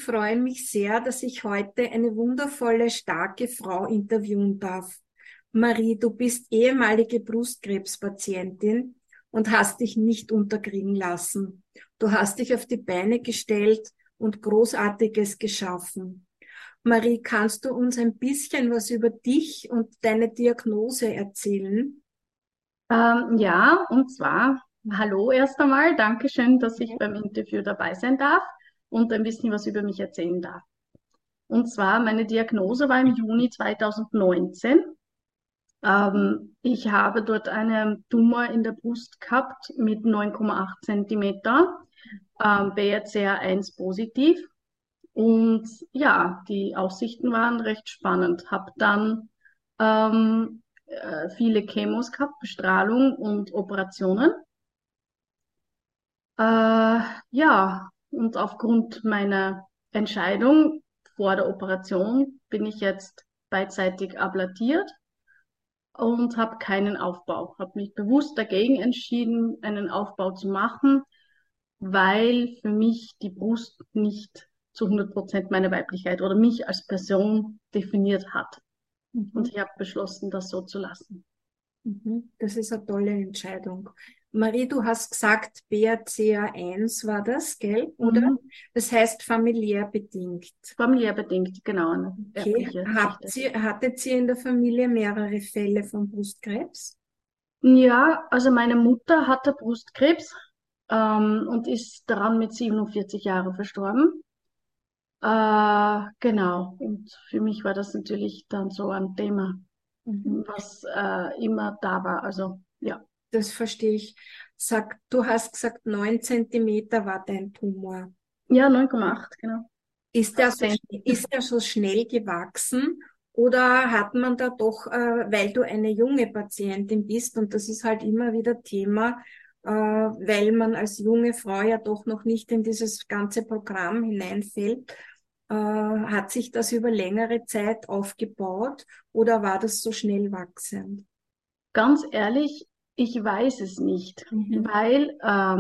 freue mich sehr, dass ich heute eine wundervolle, starke Frau interviewen darf. Marie, du bist ehemalige Brustkrebspatientin und hast dich nicht unterkriegen lassen. Du hast dich auf die Beine gestellt und Großartiges geschaffen. Marie, kannst du uns ein bisschen was über dich und deine Diagnose erzählen? Ja, und zwar, hallo erst einmal, Dankeschön, dass ich beim Interview dabei sein darf und ein bisschen was über mich erzählen darf. Und zwar, meine Diagnose war im Juni 2019. Ich habe dort einen Tumor in der Brust gehabt mit 9,8 Zentimeter, BRCA1 positiv. Und ja, die Aussichten waren recht spannend. Habe dann viele Chemos gehabt, Bestrahlung und Operationen. Ja, und aufgrund meiner Entscheidung vor der Operation bin ich jetzt beidseitig ablatiert und habe keinen Aufbau. Habe mich bewusst dagegen entschieden, einen Aufbau zu machen, weil für mich die Brust nicht zu 100% meine Weiblichkeit oder mich als Person definiert hat. Und Mhm. ich habe beschlossen, das so zu lassen. Mhm. Das ist eine tolle Entscheidung. Marie, du hast gesagt, BRCA1 war das, gell? Oder? Mhm. Das heißt familiär bedingt. Familiär bedingt, genau, eine Okay. erbliche Geschichte. Hattet ihr in der Familie mehrere Fälle von Brustkrebs? Ja, also meine Mutter hatte Brustkrebs und ist daran mit 47 Jahren verstorben. Genau, und für mich war das natürlich dann so ein Thema, Mhm. was immer da war. Also ja, Das verstehe ich. Du hast gesagt, 9 Zentimeter war dein Tumor. ja, 9,8, genau. Fast 10. Ist der so schnell gewachsen oder hat man da doch, weil du eine junge Patientin bist und das ist halt immer wieder Thema, weil man als junge Frau ja doch noch nicht in dieses ganze Programm hineinfällt, hat sich das über längere Zeit aufgebaut oder war das so schnell wachsend? Ganz ehrlich, ich weiß es nicht, Mhm. weil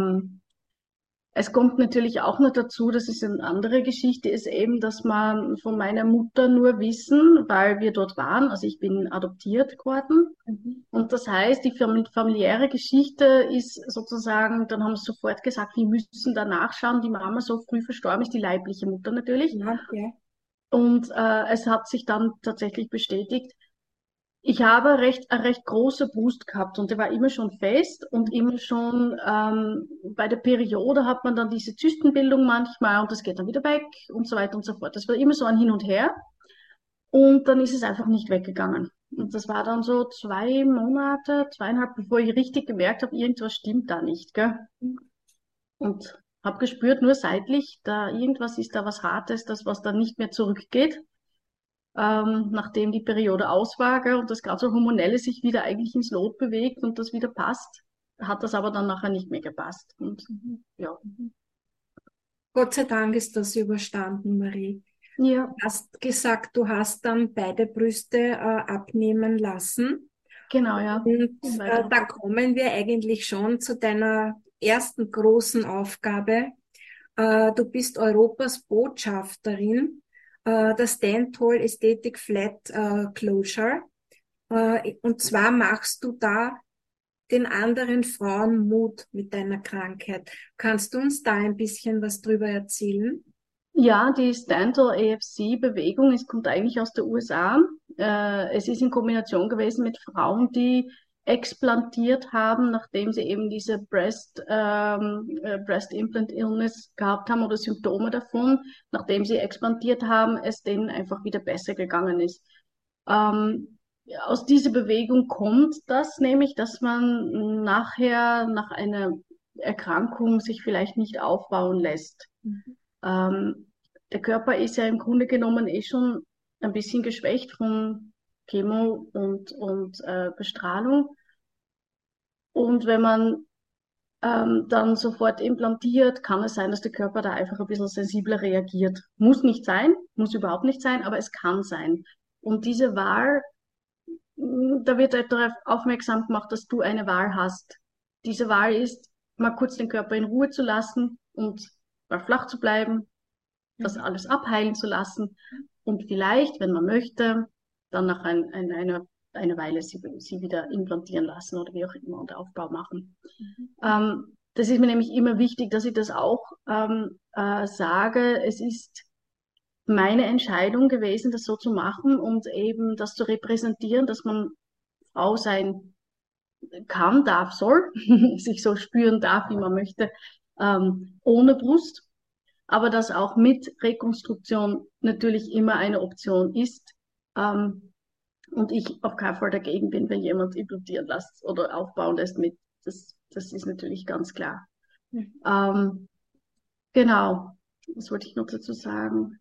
es kommt natürlich auch noch dazu, das ist eine andere Geschichte, ist eben, dass man von meiner Mutter nur wissen, weil wir dort waren, also ich bin adoptiert geworden. Mhm. Und das heißt, die familiäre Geschichte ist sozusagen, dann haben sie sofort gesagt, wir müssen da nachschauen, die Mama so früh verstorben ist, die leibliche Mutter natürlich. Ja, ja. Und es hat sich dann tatsächlich bestätigt, ich habe eine recht große Brust gehabt und die war immer schon fest und immer schon bei der Periode hat man dann diese Zystenbildung manchmal und das geht dann wieder weg und so weiter und so fort. Das war immer so ein Hin und Her und dann ist es einfach nicht weggegangen. Und das war dann so 2 Monate, zweieinhalb, bevor ich richtig gemerkt habe, irgendwas stimmt da nicht, gell? Und habe gespürt, nur seitlich, da irgendwas ist da was Hartes, das was dann nicht mehr zurückgeht, nachdem die Periode aus war, gell, und das ganze Hormonelle sich wieder eigentlich ins Lot bewegt und das wieder passt, hat das aber dann nachher nicht mehr gepasst. Und Mhm. ja, Mhm. Gott sei Dank ist das überstanden, Marie. ja, Hast gesagt, du hast dann beide Brüste abnehmen lassen. genau, ja. Und Weiter. da kommen wir eigentlich schon zu deiner ersten großen Aufgabe. Du bist Europas Botschafterin der Stand Tall Aesthetic Flat Closure. Und zwar machst du da den anderen Frauen Mut mit deiner Krankheit. Kannst du uns da ein bisschen was drüber erzählen? Ja, die Stanton AFC-Bewegung, es kommt eigentlich aus der USA. Es ist in Kombination gewesen mit Frauen, die explantiert haben, nachdem sie eben diese Breast Implant Illness gehabt haben oder Symptome davon, nachdem sie explantiert haben, es denen einfach wieder besser gegangen ist. Ja, aus dieser Bewegung kommt das nämlich, dass man nachher nach einer Erkrankung sich vielleicht nicht aufbauen lässt. Mhm. Ähm, Der Körper ist ja im Grunde genommen eh schon ein bisschen geschwächt von Chemo und Bestrahlung. Und wenn man dann sofort implantiert, kann es sein, dass der Körper da einfach ein bisschen sensibler reagiert. Muss nicht sein, muss überhaupt nicht sein, aber es kann sein. Und diese Wahl, da wird halt darauf aufmerksam gemacht, dass du eine Wahl hast. Diese Wahl ist, mal kurz den Körper in Ruhe zu lassen und mal flach zu bleiben das Mhm. alles abheilen zu lassen und vielleicht, wenn man möchte, dann nach einer Weile sie wieder implantieren lassen oder wie auch immer und Aufbau machen. Mhm. Das ist mir nämlich immer wichtig, dass ich das auch sage. Es ist meine Entscheidung gewesen, das so zu machen und eben das zu repräsentieren, dass man Frau sein kann, darf, soll, sich so spüren darf, wie man möchte, ohne Brust, aber dass auch mit Rekonstruktion natürlich immer eine Option ist. Ähm, und ich auf keinen Fall dagegen bin, wenn jemand implantieren lässt oder aufbauen lässt mit. Das ist natürlich ganz klar. Mhm. Ähm, genau. Was wollte ich noch dazu sagen?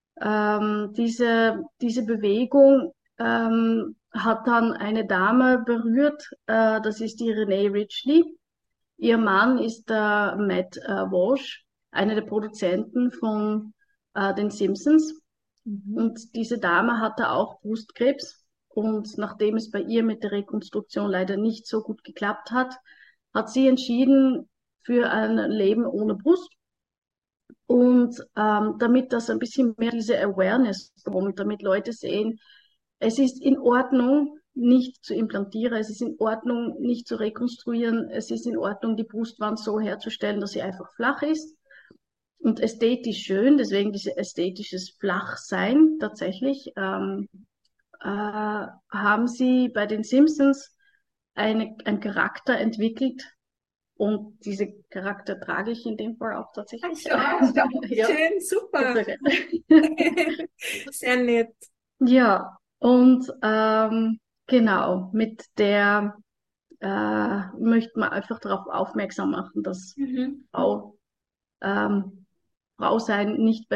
Diese Bewegung hat dann eine Dame berührt, das ist die Renee Ridgely. Ihr Mann ist der Matt Walsh, einer der Produzenten von den Simpsons. Mhm. Und diese Dame hatte auch Brustkrebs. Und nachdem es bei ihr mit der Rekonstruktion leider nicht so gut geklappt hat, hat sie entschieden für ein Leben ohne Brust. Und damit das ein bisschen mehr diese Awareness kommt, damit Leute sehen, es ist in Ordnung, nicht zu implantieren, es ist in Ordnung, nicht zu rekonstruieren, es ist in Ordnung, die Brustwand so herzustellen, dass sie einfach flach ist und ästhetisch schön, deswegen dieses ästhetisches Flachsein tatsächlich, haben sie bei den Simpsons einen Charakter entwickelt und diese Charakter trage ich in dem Fall auch Ach tatsächlich. so, Ja, schön, super. sehr gerne. Sehr nett. Ja, und genau, mit der möchte man einfach darauf aufmerksam machen, dass Mhm. Frau, ähm, Frau sein nicht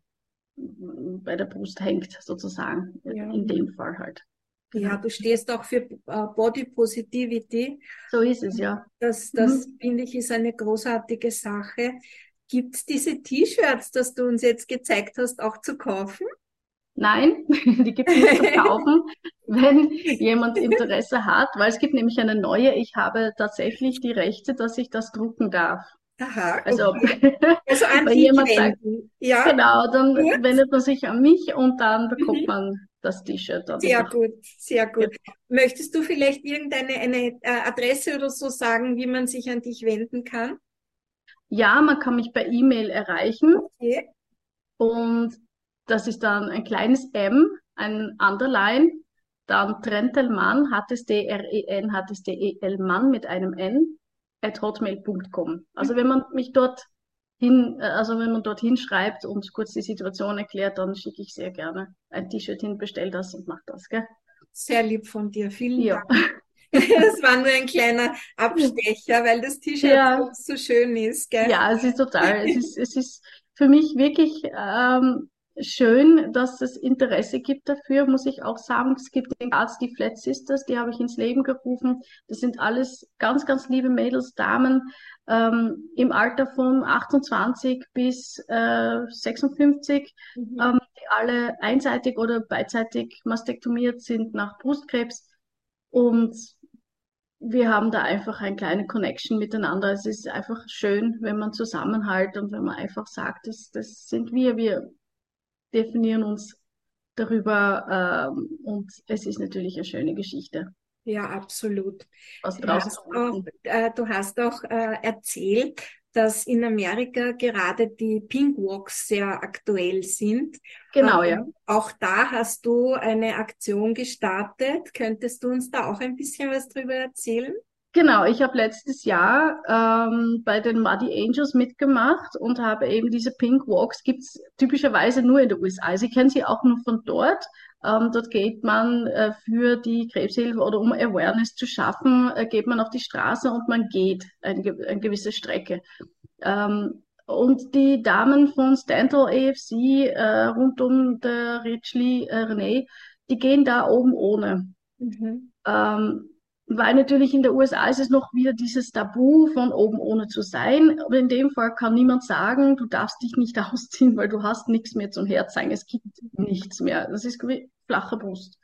bei der Brust hängt, sozusagen, Ja. in dem Fall halt. Ja, Genau. du stehst auch für Body Positivity. So ist es, ja. Das Mhm. finde ich ist eine großartige Sache. Gibt es diese T-Shirts, das du uns jetzt gezeigt hast, auch zu kaufen? Nein, die gibt's nicht zum Kaufen, wenn jemand Interesse hat, weil es gibt nämlich eine neue. Ich habe tatsächlich die Rechte, dass ich das drucken darf. Aha, Also, okay. Also an wenn dich jemand sagt, wenden. Ja, genau, dann gut. wendet man sich an mich und dann bekommt Mhm. man das T-Shirt dann in Sehr der Hand. gut, sehr gut. Möchtest du vielleicht irgendeine Adresse oder so sagen, wie man sich an dich wenden kann? Ja, man kann mich per E-Mail erreichen Okay. und das ist dann ein kleines M, ein Underline, dann Trentelmann, H-T-S-D-R-E-N, H-T-S-D-E-L Mann mit einem N, at hotmail.com. Also wenn man mich also wenn man dorthin schreibt und kurz die Situation erklärt, dann schicke ich sehr gerne ein T-Shirt hin, bestell das und mach das, gell? Sehr lieb von dir. Vielen Ja. Dank. Es war nur ein kleiner Abstecher, weil das T-Shirt Ja, so schön ist, gell? ja, es ist total, es ist für mich wirklich schön, dass es Interesse gibt dafür, muss ich auch sagen. Es gibt in Graz die Flat Sisters, die habe ich ins Leben gerufen. Das sind alles ganz, ganz liebe Mädels, Damen im Alter von 28 bis 56, Mhm. die alle einseitig oder beidseitig mastektomiert sind nach Brustkrebs. Und wir haben da einfach eine kleine Connection miteinander. Es ist einfach schön, wenn man zusammenhält und wenn man einfach sagt, das sind wir definieren uns darüber und es ist natürlich eine schöne Geschichte, Ja, absolut. was draus zu machen. Du hast auch erzählt, dass in Amerika gerade die Pink Walks sehr aktuell sind. Genau, ja. Auch da hast du eine Aktion gestartet. Könntest du uns da auch ein bisschen was drüber erzählen? Genau, ich habe letztes Jahr bei den Muddy Angels mitgemacht und habe eben diese Pink Walks, gibt's typischerweise nur in den USA. Also ich kenne sie auch nur von dort. Dort geht man für die Krebshilfe oder um Awareness zu schaffen, geht man auf die Straße und man geht eine gewisse Strecke. Und die Damen von Stanton AFC rund um der Ridgely Renee, die gehen da oben ohne. Mhm. Ähm, Weil natürlich in der USA ist es noch wieder dieses Tabu von oben ohne zu sein. Aber in dem Fall kann niemand sagen, du darfst dich nicht ausziehen, weil du hast nichts mehr zum Herzeigen. Es gibt nichts mehr. Das ist wie flache Brust.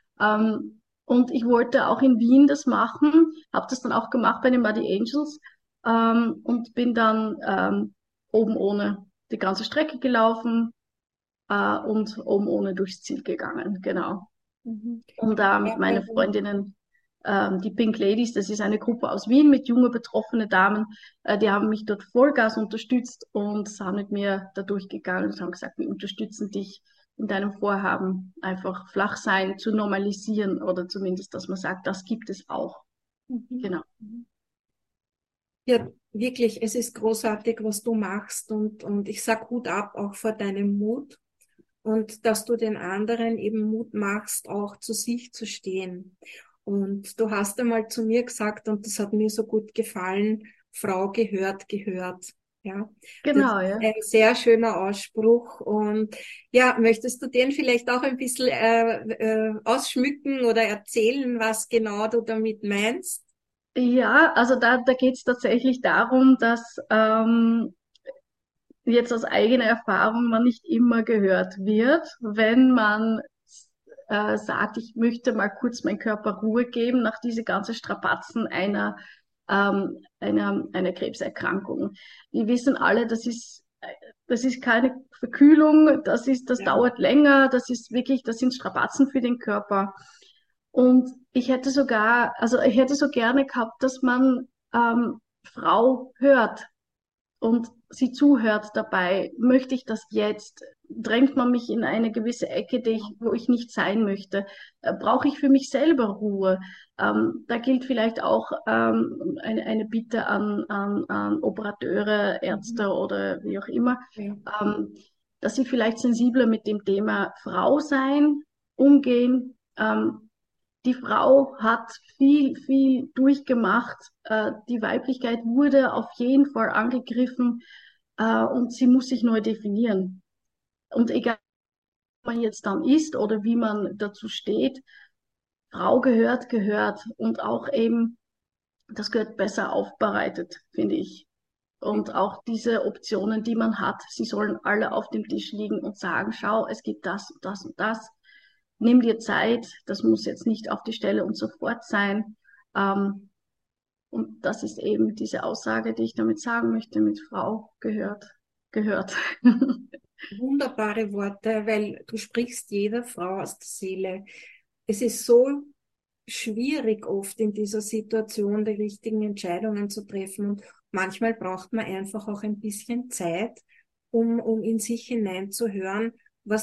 Und ich wollte auch in Wien das machen, habe das dann auch gemacht bei den Muddy Angels und bin dann oben ohne die ganze Strecke gelaufen und oben ohne durchs Ziel gegangen, genau. Mhm. Und Ja, meine Freundinnen, die Pink Ladies, das ist eine Gruppe aus Wien mit jungen betroffenen Damen, die haben mich dort Vollgas unterstützt und sind mit mir da durchgegangen und haben gesagt, wir unterstützen dich in deinem Vorhaben, einfach Flachsein zu normalisieren oder zumindest, dass man sagt, das gibt es auch. mhm. Genau. Ja, wirklich, es ist großartig, was du machst und ich sag Hut ab auch vor deinem Mut und dass du den anderen eben Mut machst, auch zu sich zu stehen. Und du hast einmal zu mir gesagt, und das hat mir so gut gefallen, Frau gehört, gehört. Ja, das ist Genau, ja. ein sehr schöner Ausspruch. Und ja, möchtest du den vielleicht auch ein bisschen ausschmücken oder erzählen, was genau du damit meinst? Ja, also da geht es tatsächlich darum, dass jetzt aus eigener Erfahrung man nicht immer gehört wird, wenn man sagt, ich möchte mal kurz meinem Körper Ruhe geben nach diese ganzen Strapazen einer Krebserkrankung. Wir wissen alle, das ist keine Verkühlung, das Ja, dauert länger, das ist wirklich, das sind Strapazen für den Körper. Und ich hätte so gerne gehabt, dass man Frau hört und sie zuhört dabei. Möchte ich das jetzt? Drängt man mich in eine gewisse Ecke, wo ich nicht sein möchte? Brauche ich für mich selber Ruhe? Da gilt vielleicht auch eine Bitte an Operateure, mhm. Ärzte oder wie auch immer, Ja. ähm, dass sie vielleicht sensibler mit dem Thema Frau sein, umgehen. Die Frau hat viel durchgemacht. Die Weiblichkeit wurde auf jeden Fall angegriffen, und sie muss sich neu definieren. Und egal, wie man jetzt dann ist oder wie man dazu steht, Frau gehört und auch eben, das gehört besser aufbereitet, finde ich. Und auch diese Optionen, die man hat, sie sollen alle auf dem Tisch liegen und sagen, schau, es gibt das und das und das. Nimm dir Zeit, das muss jetzt nicht auf die Stelle und sofort sein. Ähm, und das ist eben diese Aussage, die ich damit sagen möchte, mit Frau gehört. Wunderbare Worte, weil du sprichst jeder Frau aus der Seele. Es ist so schwierig oft in dieser Situation die richtigen Entscheidungen zu treffen und manchmal braucht man einfach auch ein bisschen Zeit, um in sich hineinzuhören,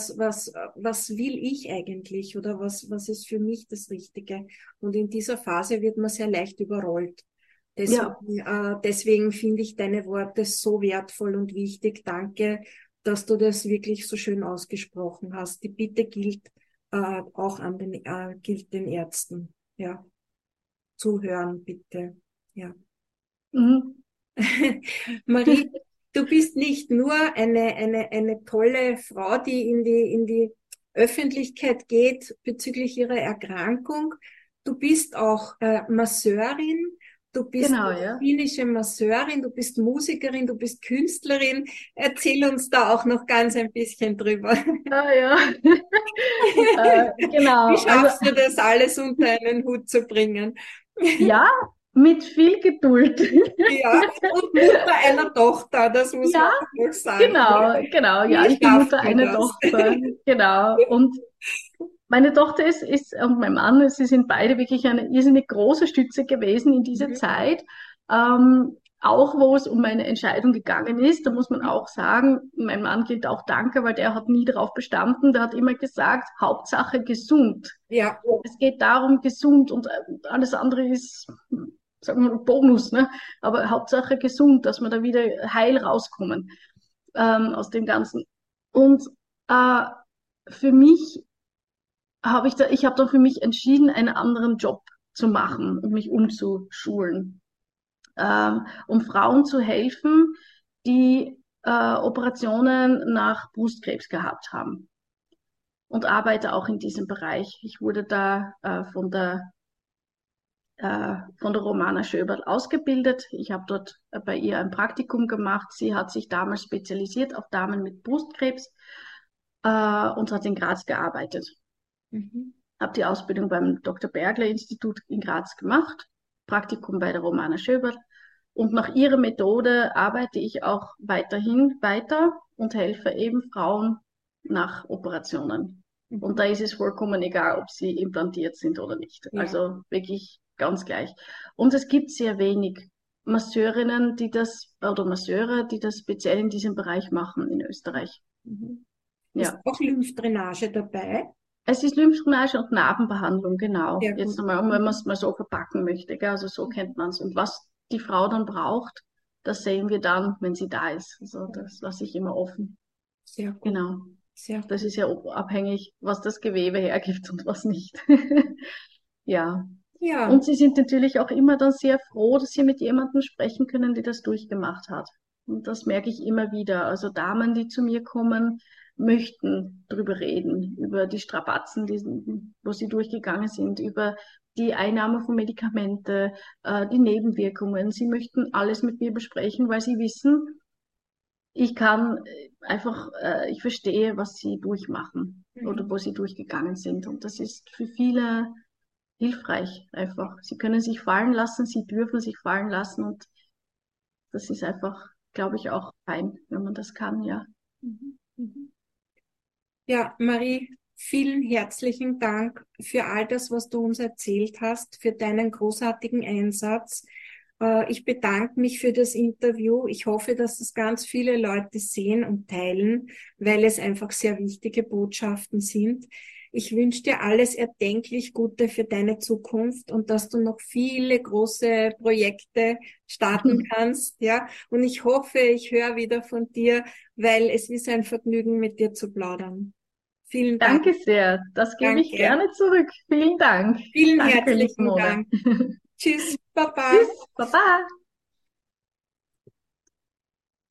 was will ich eigentlich oder was ist für mich das Richtige. Und in dieser Phase wird man sehr leicht überrollt. Ja, Deswegen finde ich deine Worte so wertvoll und wichtig. Danke, dass du das wirklich so schön ausgesprochen hast. Die Bitte gilt auch gilt den Ärzten. Ja, zuhören bitte. Ja. mhm. Marie, du bist nicht nur eine tolle Frau, die in die Öffentlichkeit geht bezüglich ihrer Erkrankung. Du bist auch Masseurin, du bist Genau, ja. klinische Masseurin, du bist Musikerin, du bist Künstlerin. Erzähl uns da auch noch ganz ein bisschen drüber. Ah, ja. Genau, Wie also schaffst du das alles unter einen Hut zu bringen? ja, mit viel Geduld. Ja, und Mutter einer Tochter, das muss man Ja, auch noch sagen. genau, ja, Wie ich bin schafft Mutter man einer das? Tochter, genau. Und meine Tochter und mein Mann, sie sind beide wirklich eine irrsinnig große Stütze gewesen in dieser Mhm. Zeit. Auch wo es um meine Entscheidung gegangen ist, da muss man auch sagen, mein Mann gilt auch Danke, weil der hat nie darauf bestanden. Der hat immer gesagt, Hauptsache gesund. Ja, Es geht darum, gesund und alles andere ist, sagen wir mal, Bonus, ne? Aber Hauptsache gesund, dass wir da wieder heil rauskommen aus dem Ganzen. Und äh, für mich ich habe dann für mich entschieden, einen anderen Job zu machen und mich umzuschulen, um Frauen zu helfen, die Operationen nach Brustkrebs gehabt haben und arbeite auch in diesem Bereich. Ich wurde da von der Romana Schöberl ausgebildet. Ich habe dort bei ihr ein Praktikum gemacht. Sie hat sich damals spezialisiert auf Damen mit Brustkrebs und hat in Graz gearbeitet. mhm. Habe die Ausbildung beim Dr. Bergler Institut in Graz gemacht, Praktikum bei der Romana Schöberl Und nach ihrer Methode arbeite ich auch weiterhin weiter und helfe eben Frauen nach Operationen. Und da ist es vollkommen egal, ob sie implantiert sind oder nicht. Ja. Also wirklich ganz gleich. Und es gibt sehr wenig Masseurinnen, die das, oder Masseure, die das speziell in diesem Bereich machen in Österreich. Ist Ja. auch Lymphdrainage dabei? Es ist Lymphdrainage und Narbenbehandlung, genau. Sehr Jetzt gut. einmal, wenn man es mal so verpacken möchte, gell? Also so kennt man es. Und was die Frau dann braucht, das sehen wir dann, wenn sie da ist. Also das lasse ich immer offen. Sehr gut. Genau. Sehr Das gut. ist ja abhängig, was das Gewebe hergibt und was nicht. Ja. Ja. Und sie sind natürlich auch immer dann sehr froh, dass sie mit jemandem sprechen können, die das durchgemacht hat. Und das merke ich immer wieder. Also Damen, die zu mir kommen, möchten drüber reden, über die Strapazen, wo sie durchgegangen sind, über die Einnahme von Medikamente, die Nebenwirkungen. Sie möchten alles mit mir besprechen, weil sie wissen, ich kann einfach, ich verstehe, was sie durchmachen oder wo sie durchgegangen sind. Und das ist für viele hilfreich einfach. Sie können sich fallen lassen, sie dürfen sich fallen lassen und das ist einfach, glaube ich, auch fein, wenn man das kann, ja. Ja, Marie, vielen herzlichen Dank für all das, was du uns erzählt hast, für deinen großartigen Einsatz. Ich bedanke mich für das Interview. Ich hoffe, dass es ganz viele Leute sehen und teilen, weil es einfach sehr wichtige Botschaften sind. Ich wünsche dir alles erdenklich Gute für deine Zukunft und dass du noch viele große Projekte starten kannst, ja. Und ich hoffe, ich höre wieder von dir, weil es ist ein Vergnügen, mit dir zu plaudern. Vielen Dank. Danke sehr. Das gebe ich Danke. gerne zurück. Vielen Dank. Vielen Danke, liebe herzlichen Mona. Dank. Tschüss, Baba. Tschüss. Baba.